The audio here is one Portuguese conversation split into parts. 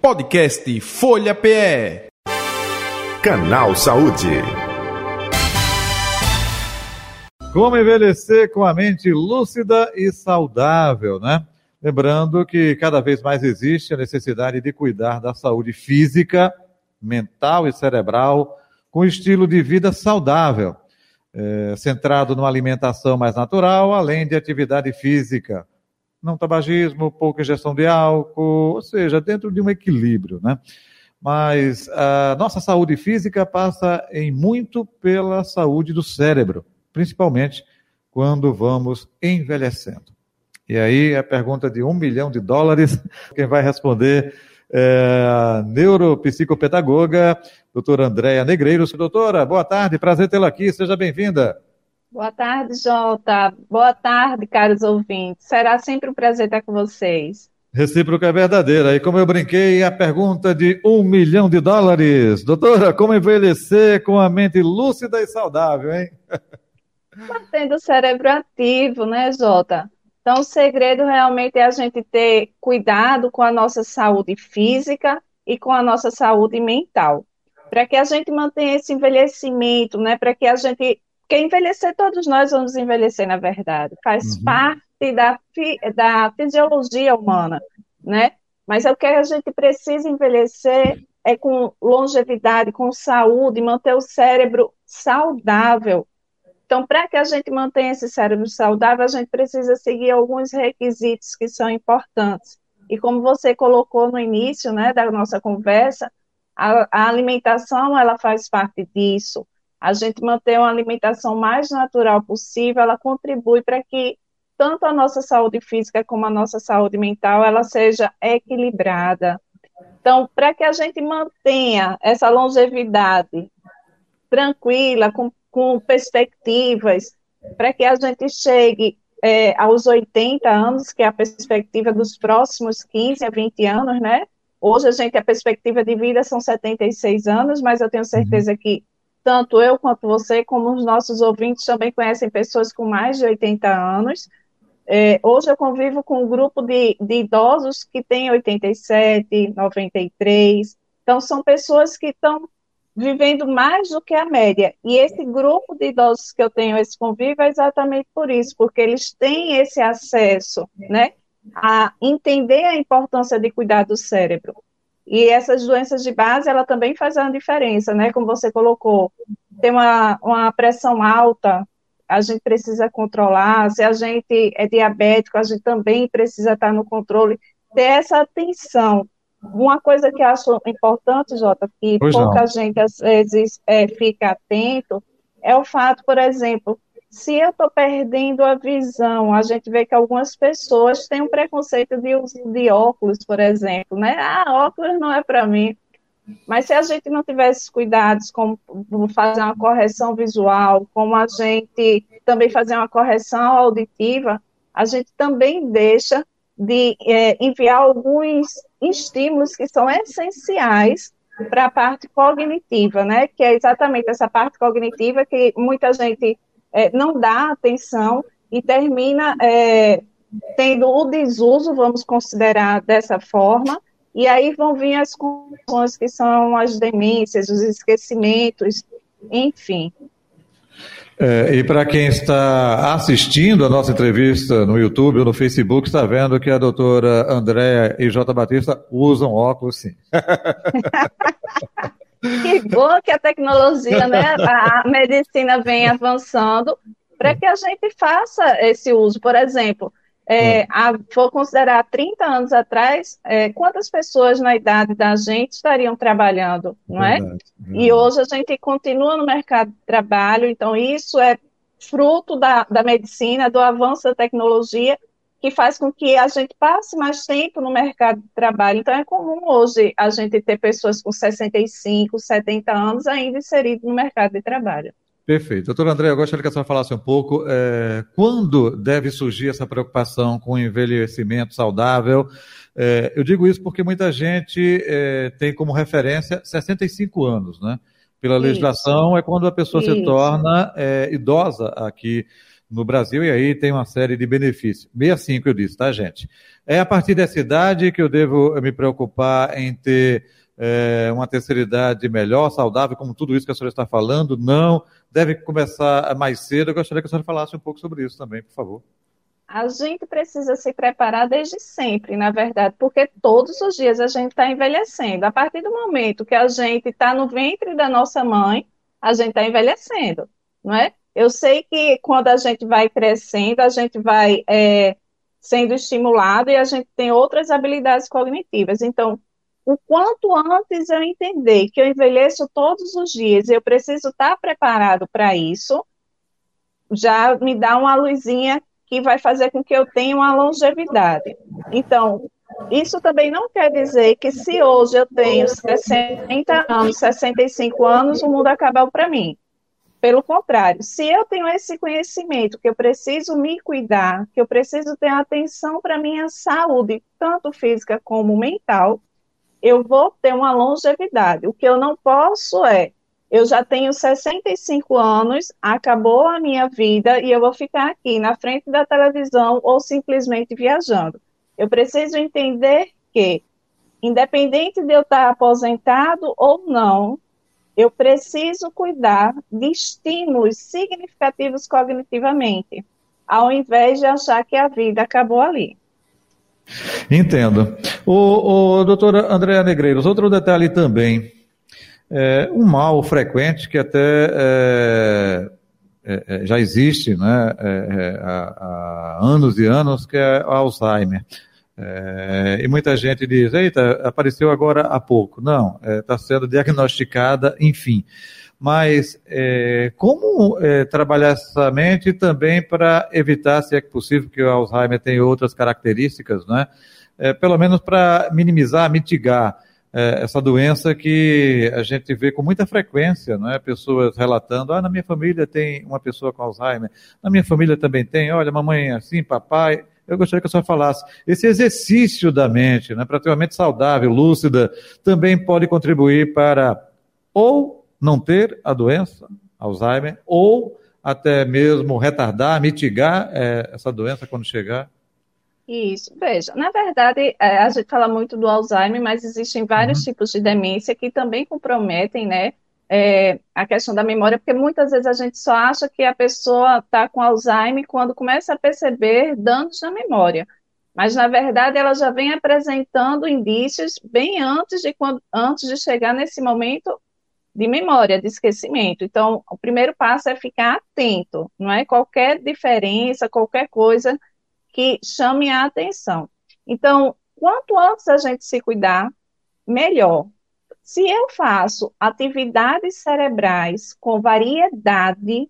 Podcast Folha PE. Canal Saúde. Como envelhecer com a mente lúcida e saudável, né? Lembrando que cada vez mais existe a necessidade de cuidar da saúde física, mental e cerebral com estilo de vida saudável, centrado numa alimentação mais natural, além de atividade física. Não tabagismo, pouca ingestão de álcool, ou seja, dentro de um equilíbrio, né? Mas a nossa saúde física passa em muito pela saúde do cérebro, principalmente quando vamos envelhecendo. E aí a pergunta de $1 milhão, quem vai responder é a neuropsicopedagoga, doutora Andréa Negreiros. Doutora, boa tarde, prazer tê-la aqui, seja bem-vinda. Boa tarde, Jota. Boa tarde, caros ouvintes. Será sempre um prazer estar com vocês. Recíproca é verdadeira. E como eu brinquei, a pergunta de $1 milhão. Doutora, como envelhecer com a mente lúcida e saudável, hein? Mantendo o cérebro ativo, né, Jota? Então, o segredo realmente é a gente ter cuidado com a nossa saúde física e com a nossa saúde mental. Para que a gente mantenha esse envelhecimento, né? Para que a gente... Porque envelhecer, todos nós vamos envelhecer, na verdade. Faz parte da fisiologia humana, né? Mas o que a gente precisa envelhecer é com longevidade, com saúde, manter o cérebro saudável. Então, para que a gente mantenha esse cérebro saudável, a gente precisa seguir alguns requisitos que são importantes. E como você colocou no início, né, da nossa conversa, a alimentação, ela faz parte disso. A gente manter uma alimentação mais natural possível, ela contribui para que tanto a nossa saúde física como a nossa saúde mental, ela seja equilibrada. Então, para que a gente mantenha essa longevidade tranquila, com perspectivas, para que a gente chegue aos 80 anos, que é a perspectiva dos próximos 15 a 20 anos, né? Hoje a perspectiva de vida são 76 anos, mas eu tenho certeza que tanto eu quanto você, como os nossos ouvintes também conhecem pessoas com mais de 80 anos. Hoje eu convivo com um grupo de idosos que têm 87, 93. Então, são pessoas que estão vivendo mais do que a média. E esse grupo de idosos que eu tenho esse convívio é exatamente por isso, porque eles têm esse acesso, né, a entender a importância de cuidar do cérebro. E essas doenças de base, ela também faz uma diferença, né? Como você colocou, tem uma pressão alta, a gente precisa controlar. Se a gente é diabético, a gente também precisa estar no controle, ter essa atenção. Uma coisa que eu acho importante, Jota, que pouca gente às vezes fica atento, é o fato, por exemplo, se eu estou perdendo a visão, a gente vê que algumas pessoas têm um preconceito de uso de óculos, por exemplo, né? Óculos não é para mim. Mas se a gente não tiver esses cuidados, como fazer uma correção visual, como a gente também fazer uma correção auditiva, a gente também deixa de enviar alguns estímulos que são essenciais para a parte cognitiva, né? Que é exatamente essa parte cognitiva que muita gente não dá atenção e termina tendo o desuso, vamos considerar dessa forma, e aí vão vir as condições que são as demências, os esquecimentos, enfim. E para quem está assistindo a nossa entrevista no YouTube ou no Facebook, está vendo que a doutora Andréa e J. Batista usam óculos, sim. Que bom que a tecnologia, né, a medicina vem avançando para que a gente faça esse uso. Por exemplo, vou considerar 30 anos atrás, quantas pessoas na idade da gente estariam trabalhando, não é? Verdade. E hoje a gente continua no mercado de trabalho, então isso é fruto da medicina, do avanço da tecnologia, que faz com que a gente passe mais tempo no mercado de trabalho. Então é comum hoje a gente ter pessoas com 65, 70 anos ainda inseridas no mercado de trabalho. Perfeito. Doutora André, eu gostaria que a senhora falasse um pouco quando deve surgir essa preocupação com o envelhecimento saudável. Eu digo isso porque muita gente tem como referência 65 anos, né? Pela legislação, é quando a pessoa se torna idosa aqui no Brasil, e aí tem uma série de benefícios. 65 eu disse, tá, gente? É a partir dessa idade que eu devo me preocupar em ter uma terceira idade melhor, saudável, como tudo isso que a senhora está falando? Não, deve começar mais cedo. Eu gostaria que a senhora falasse um pouco sobre isso também, por favor. A gente precisa se preparar desde sempre, na verdade, porque todos os dias a gente está envelhecendo. A partir do momento que a gente está no ventre da nossa mãe, a gente está envelhecendo, não é? Eu sei que quando a gente vai crescendo, a gente vai sendo estimulado e a gente tem outras habilidades cognitivas. Então, o quanto antes eu entender que eu envelheço todos os dias e eu preciso estar preparado para isso, já me dá uma luzinha que vai fazer com que eu tenha uma longevidade. Então, isso também não quer dizer que se hoje eu tenho 60 anos, 65 anos, o mundo acabou para mim. Pelo contrário, se eu tenho esse conhecimento que eu preciso me cuidar, que eu preciso ter atenção para a minha saúde, tanto física como mental, eu vou ter uma longevidade. O que eu não posso eu já tenho 65 anos, acabou a minha vida e eu vou ficar aqui na frente da televisão ou simplesmente viajando. Eu preciso entender que, independente de eu estar aposentado ou não, eu preciso cuidar de estímulos significativos cognitivamente, ao invés de achar que a vida acabou ali. Entendo. O doutora Andréa Negreiros, outro detalhe também, um mal frequente que até já existe, né, há anos e anos, que é o Alzheimer. E muita gente diz, eita, apareceu agora há pouco. Não, está sendo diagnosticada, enfim. Mas como trabalhar essa mente também para evitar, se é possível, que o Alzheimer tenha outras características, né? Pelo menos para minimizar, mitigar essa doença que a gente vê com muita frequência, não é? Pessoas relatando, na minha família tem uma pessoa com Alzheimer, na minha família também tem, olha, mamãe é assim, papai. Eu gostaria que a senhora falasse, esse exercício da mente, né, para ter uma mente saudável, lúcida, também pode contribuir para ou não ter a doença, Alzheimer, ou até mesmo retardar, mitigar essa doença quando chegar? Isso, veja, na verdade, a gente fala muito do Alzheimer, mas existem vários tipos de demência que também comprometem, né, a questão da memória, porque muitas vezes a gente só acha que a pessoa está com Alzheimer quando começa a perceber danos na memória. Mas, na verdade, ela já vem apresentando indícios bem antes de chegar nesse momento de memória, de esquecimento. Então, o primeiro passo é ficar atento, não é? Qualquer diferença, qualquer coisa que chame a atenção. Então, quanto antes a gente se cuidar, melhor. Se eu faço atividades cerebrais com variedade,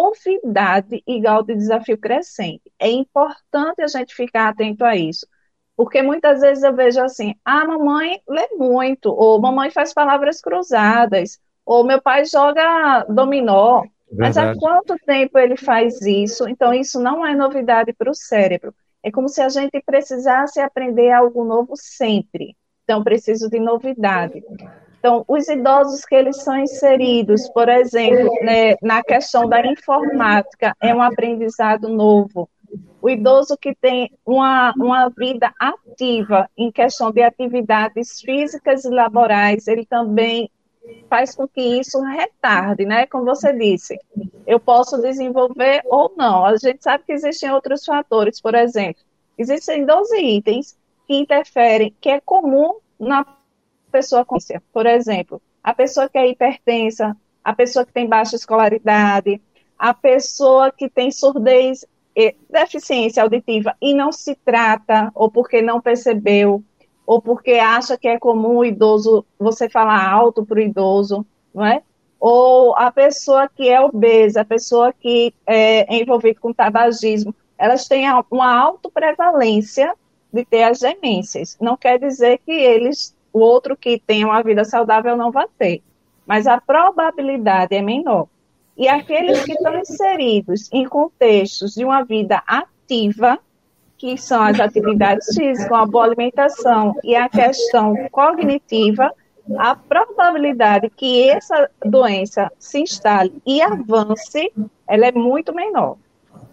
novidade e grau de desafio crescente, é importante a gente ficar atento a isso. Porque muitas vezes eu vejo assim, mamãe lê muito, ou mamãe faz palavras cruzadas, ou meu pai joga dominó. Mas há quanto tempo ele faz isso? Então, isso não é novidade para o cérebro. É como se a gente precisasse aprender algo novo sempre. Então, preciso de novidade. Então, os idosos que eles são inseridos, por exemplo, né, na questão da informática, é um aprendizado novo. O idoso que tem uma vida ativa em questão de atividades físicas e laborais, ele também faz com que isso retarde, né? Como você disse, eu posso desenvolver ou não. A gente sabe que existem outros fatores, por exemplo, existem 12 itens que interferem, que é comum na pessoa com consciência. Por exemplo, a pessoa que é hipertensa, a pessoa que tem baixa escolaridade, a pessoa que tem surdez, deficiência auditiva e não se trata, ou porque não percebeu, ou porque acha que é comum o idoso, você falar alto para o idoso, não é? Ou a pessoa que é obesa, a pessoa que é envolvida com tabagismo, elas têm uma alta prevalência de ter as demências. Não quer dizer que o outro que tem uma vida saudável não vai ter, mas a probabilidade é menor. E aqueles que estão inseridos em contextos de uma vida ativa, que são as atividades físicas, a boa alimentação e a questão cognitiva, a probabilidade que essa doença se instale e avance, ela é muito menor.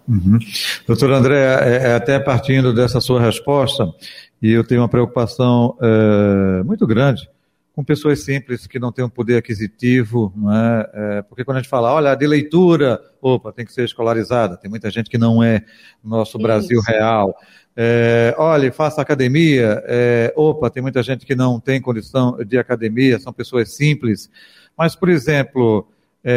Uhum. Doutor André, até partindo dessa sua resposta, e eu tenho uma preocupação muito grande com pessoas simples que não têm um poder aquisitivo, não é? Porque quando a gente fala, olha, de leitura, opa, tem que ser escolarizada, tem muita gente que não é no nosso Brasil real. Olha, faça academia, opa, tem muita gente que não tem condição de academia, são pessoas simples. Mas, por exemplo,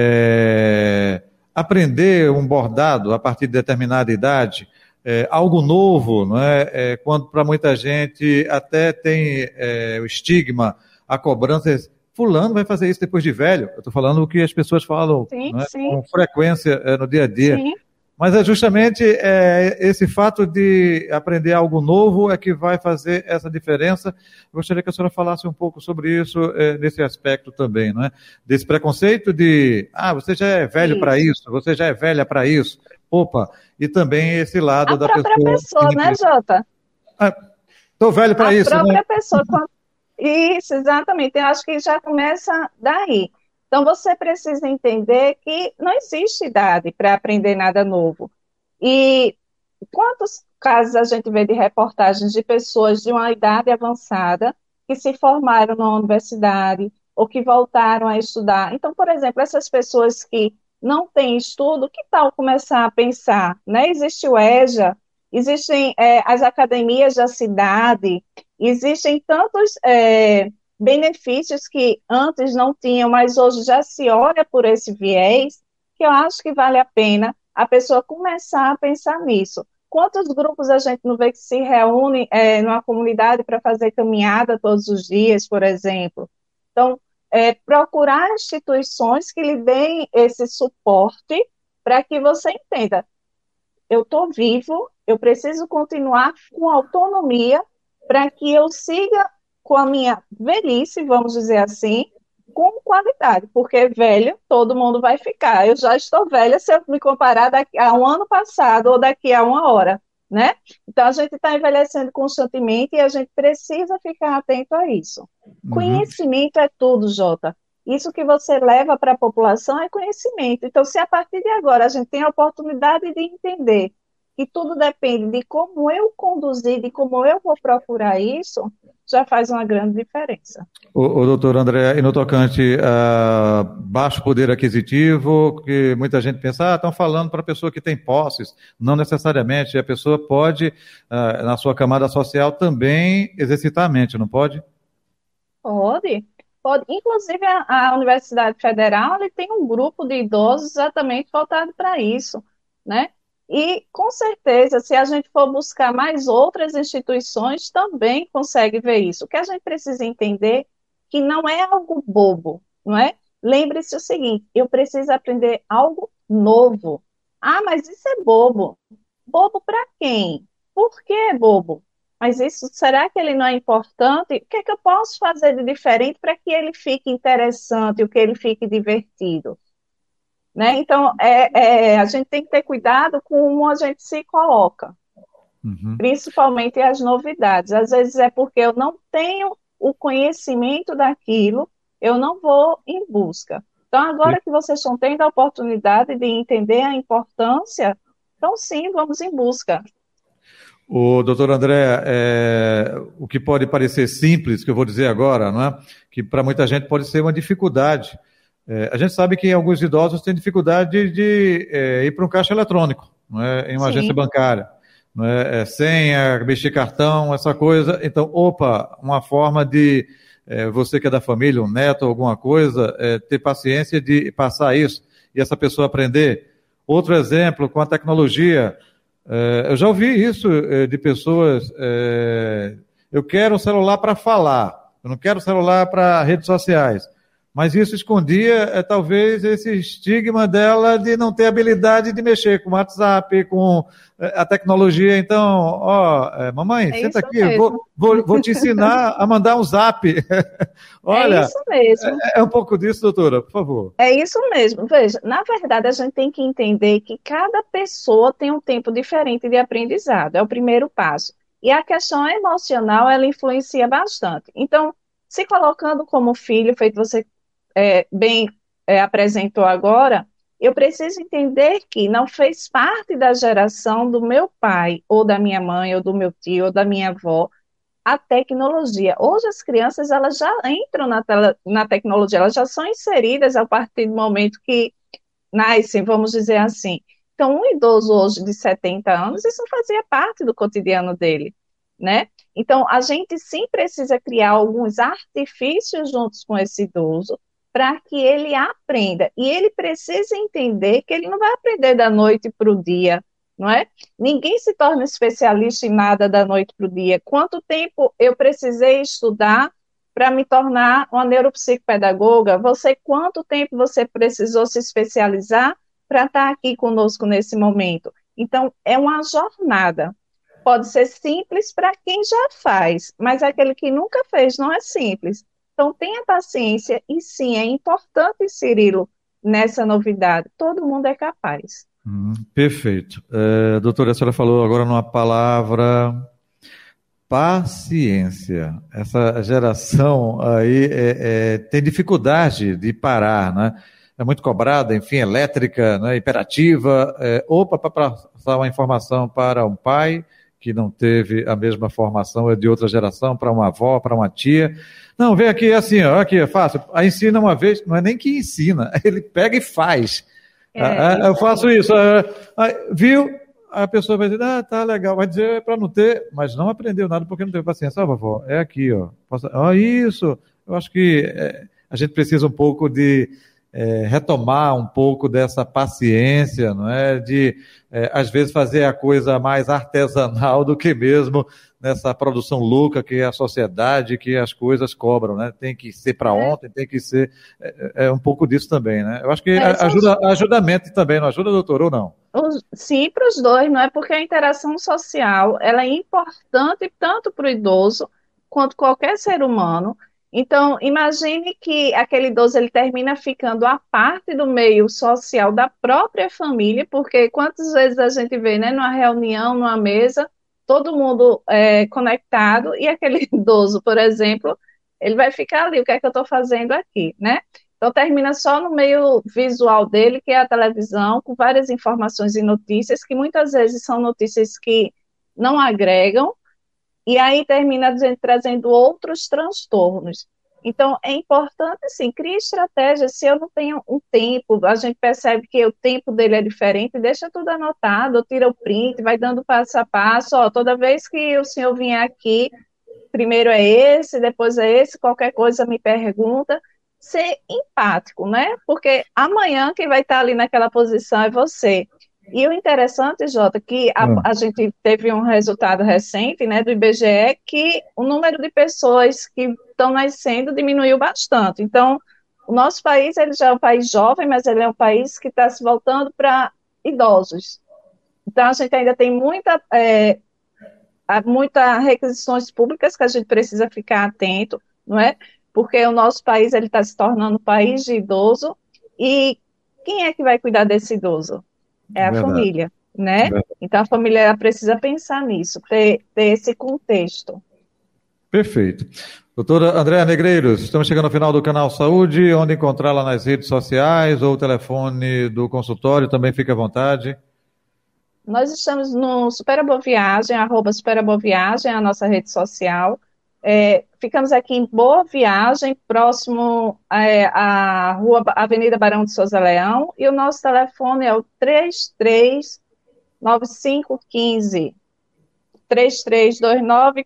aprender um bordado a partir de determinada idade, algo novo, não é? Quando para muita gente até tem o estigma, a cobrança, fulano vai fazer isso depois de velho. Eu estou falando o que as pessoas falam, Sim, não é? sim, Com frequência no dia a dia. sim. Mas é justamente esse fato de aprender algo novo é que vai fazer essa diferença. Eu gostaria que a senhora falasse um pouco sobre isso, nesse aspecto também, não é? Desse preconceito de, você já é velho para isso, você já é velha para isso. Opa, e também esse lado da pessoa... A própria pessoa, né, Jota? Estou velho para isso, né? A própria pessoa... Isso, exatamente. Eu acho que já começa daí. Então, você precisa entender que não existe idade para aprender nada novo. E quantos casos a gente vê de reportagens de pessoas de uma idade avançada que se formaram na universidade ou que voltaram a estudar? Então, por exemplo, essas pessoas que não têm estudo, que tal começar a pensar, né? Existe o EJA, existem as academias da cidade, existem tantos benefícios que antes não tinham, mas hoje já se olha por esse viés, que eu acho que vale a pena a pessoa começar a pensar nisso. Quantos grupos a gente não vê que se reúne numa comunidade para fazer caminhada todos os dias, por exemplo? Então, procurar instituições que lhe deem esse suporte para que você entenda, eu estou vivo, eu preciso continuar com autonomia para que eu siga com a minha velhice, vamos dizer assim, com qualidade, porque velho, todo mundo vai ficar. Eu já estou velha se eu me comparar daqui a um ano passado ou daqui a uma hora, né? Então, a gente está envelhecendo constantemente e a gente precisa ficar atento a isso. Conhecimento é tudo, Jota. Isso que você leva para a população é conhecimento. Então, se a partir de agora a gente tem a oportunidade de entender que tudo depende de como eu conduzir, de como eu vou procurar isso, já faz uma grande diferença. O doutor André, e no tocante a baixo poder aquisitivo, que muita gente pensa, estão falando para a pessoa que tem posses. Não necessariamente, a pessoa pode, na sua camada social, também exercitar a mente, não pode? Pode. Inclusive, a Universidade Federal ele tem um grupo de idosos exatamente voltado para isso, né? E, com certeza, se a gente for buscar mais outras instituições, também consegue ver isso. O que a gente precisa entender que não é algo bobo, não é? Lembre-se o seguinte, eu preciso aprender algo novo. Mas isso é bobo. Bobo para quem? Por que é bobo? Mas isso, será que ele não é importante? O que é que eu posso fazer de diferente para que ele fique interessante, o que ele fique divertido? Né? Então, a gente tem que ter cuidado com como a gente se coloca, principalmente as novidades. Às vezes é porque eu não tenho o conhecimento daquilo, eu não vou em busca. Então, agora que vocês estão tendo a oportunidade de entender a importância, então sim, vamos em busca. O doutor André, o que pode parecer simples, que eu vou dizer agora, não é? Que para muita gente pode ser uma dificuldade. A gente sabe que alguns idosos têm dificuldade de ir para um caixa eletrônico, não é? Em uma agência bancária. Não é? Senha, mexer cartão, essa coisa. Então, uma forma de você que é da família, um neto, alguma coisa, ter paciência de passar isso e essa pessoa aprender. Outro exemplo, com a tecnologia, eu já ouvi isso de pessoas, eu quero um celular para falar, eu não quero celular para redes sociais. Mas isso escondia, talvez, esse estigma dela de não ter habilidade de mexer com o WhatsApp, com a tecnologia. Então, mamãe, senta aqui, vou te ensinar a mandar um zap. Olha, é isso mesmo. É um pouco disso, doutora, por favor. É isso mesmo. Veja, na verdade, a gente tem que entender que cada pessoa tem um tempo diferente de aprendizado. É o primeiro passo. E a questão emocional, ela influencia bastante. Então, se colocando como filho, feito você bem apresentou agora, eu preciso entender que não fez parte da geração do meu pai, ou da minha mãe, ou do meu tio, ou da minha avó, a tecnologia. Hoje as crianças elas já entram na tecnologia, elas já são inseridas a partir do momento que nascem, vamos dizer assim. Então, um idoso hoje de 70 anos, isso não fazia parte do cotidiano dele, né? Então, a gente sim precisa criar alguns artifícios juntos com esse idoso para que ele aprenda. E ele precisa entender que ele não vai aprender da noite para o dia, não é? Ninguém se torna especialista em nada da noite para o dia. Quanto tempo eu precisei estudar para me tornar uma neuropsicopedagoga? Quanto tempo você precisou se especializar para estar aqui conosco nesse momento? Então, é uma jornada. Pode ser simples para quem já faz, mas aquele que nunca fez não é simples. Então, tenha paciência e sim, é importante inseri-lo nessa novidade. Todo mundo é capaz. Perfeito. Doutora, a senhora falou agora numa palavra, paciência. Essa geração aí tem dificuldade de parar, né? É muito cobrada, enfim, elétrica, né? Imperativa. Para passar uma informação para um pai que não teve a mesma formação, é de outra geração, para uma avó, para uma tia. Não, vem aqui, é assim, ó, aqui é fácil. Aí ensina uma vez, não é nem que ensina, ele pega e faz. Eu faço isso. Viu? A pessoa vai dizer, tá legal, vai dizer para não ter, mas não aprendeu nada porque não teve paciência. Vovó, é aqui, ó. Isso. Eu acho que a gente precisa um pouco de retomar um pouco dessa paciência, não é? De, às vezes, fazer a coisa mais artesanal do que mesmo nessa produção louca que é a sociedade, que as coisas cobram, né? Tem que ser para ontem, tem que ser... um pouco disso também, né? Eu acho que ajuda a mente também, não ajuda, doutor, ou não? Sim, para os dois, não é? Porque a interação social, ela é importante tanto para o idoso quanto qualquer ser humano. Então, imagine que aquele idoso ele termina ficando à parte do meio social da própria família, porque quantas vezes a gente vê, né, numa reunião, numa mesa, todo mundo conectado, e aquele idoso, por exemplo, ele vai ficar ali, o que é que eu estou fazendo aqui, né? Então, termina só no meio visual dele, que é a televisão, com várias informações e notícias, que muitas vezes são notícias que não agregam, e aí termina trazendo outros transtornos. Então, é importante, sim, criar estratégias. Se eu não tenho um tempo, a gente percebe que o tempo dele é diferente, deixa tudo anotado, tira o print, vai dando passo a passo. Toda vez que o senhor vier aqui, primeiro é esse, depois é esse, qualquer coisa me pergunta. Ser empático, né? Porque amanhã quem vai estar ali naquela posição é você. E o interessante, Jota, que a gente teve um resultado recente, né, do IBGE, que o número de pessoas que estão nascendo diminuiu bastante. Então, o nosso país, ele já é um país jovem, mas ele é um país que está se voltando para idosos. Então, a gente ainda tem muita requisições públicas que a gente precisa ficar atento, não é? Porque o nosso país, ele está se tornando um país de idoso, e quem é que vai cuidar desse idoso? É a família, né? Verdade. Então, a família precisa pensar nisso, ter esse contexto. Perfeito. Doutora Andréa Negreiros, estamos chegando ao final do Canal Saúde, onde encontrá-la nas redes sociais ou o telefone do consultório, também fique à vontade. Nós estamos no Superaboviagem, @Superaboviagem, a nossa rede social. Ficamos aqui em Boa Viagem, próximo à Avenida Barão de Souza Leão, e o nosso telefone é o 339515 3329,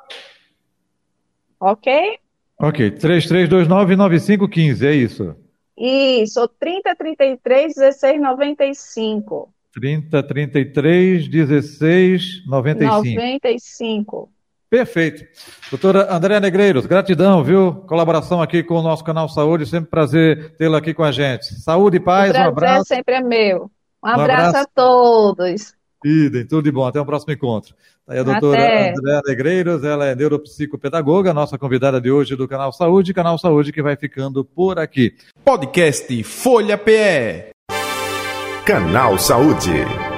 ok? Ok, 33299515, é isso? Isso, 3033 1695. 3033 1695. Perfeito. Doutora Andréa Negreiros, gratidão, viu? Colaboração aqui com o nosso Canal Saúde, sempre prazer tê-la aqui com a gente. Saúde e paz, um abraço. O prazer sempre é meu. Um abraço a todos. Idem, tudo de bom. Até o próximo encontro. Aí a doutora Andréa Negreiros, ela é neuropsicopedagoga, nossa convidada de hoje do Canal Saúde que vai ficando por aqui. Podcast Folha PE. Canal Saúde.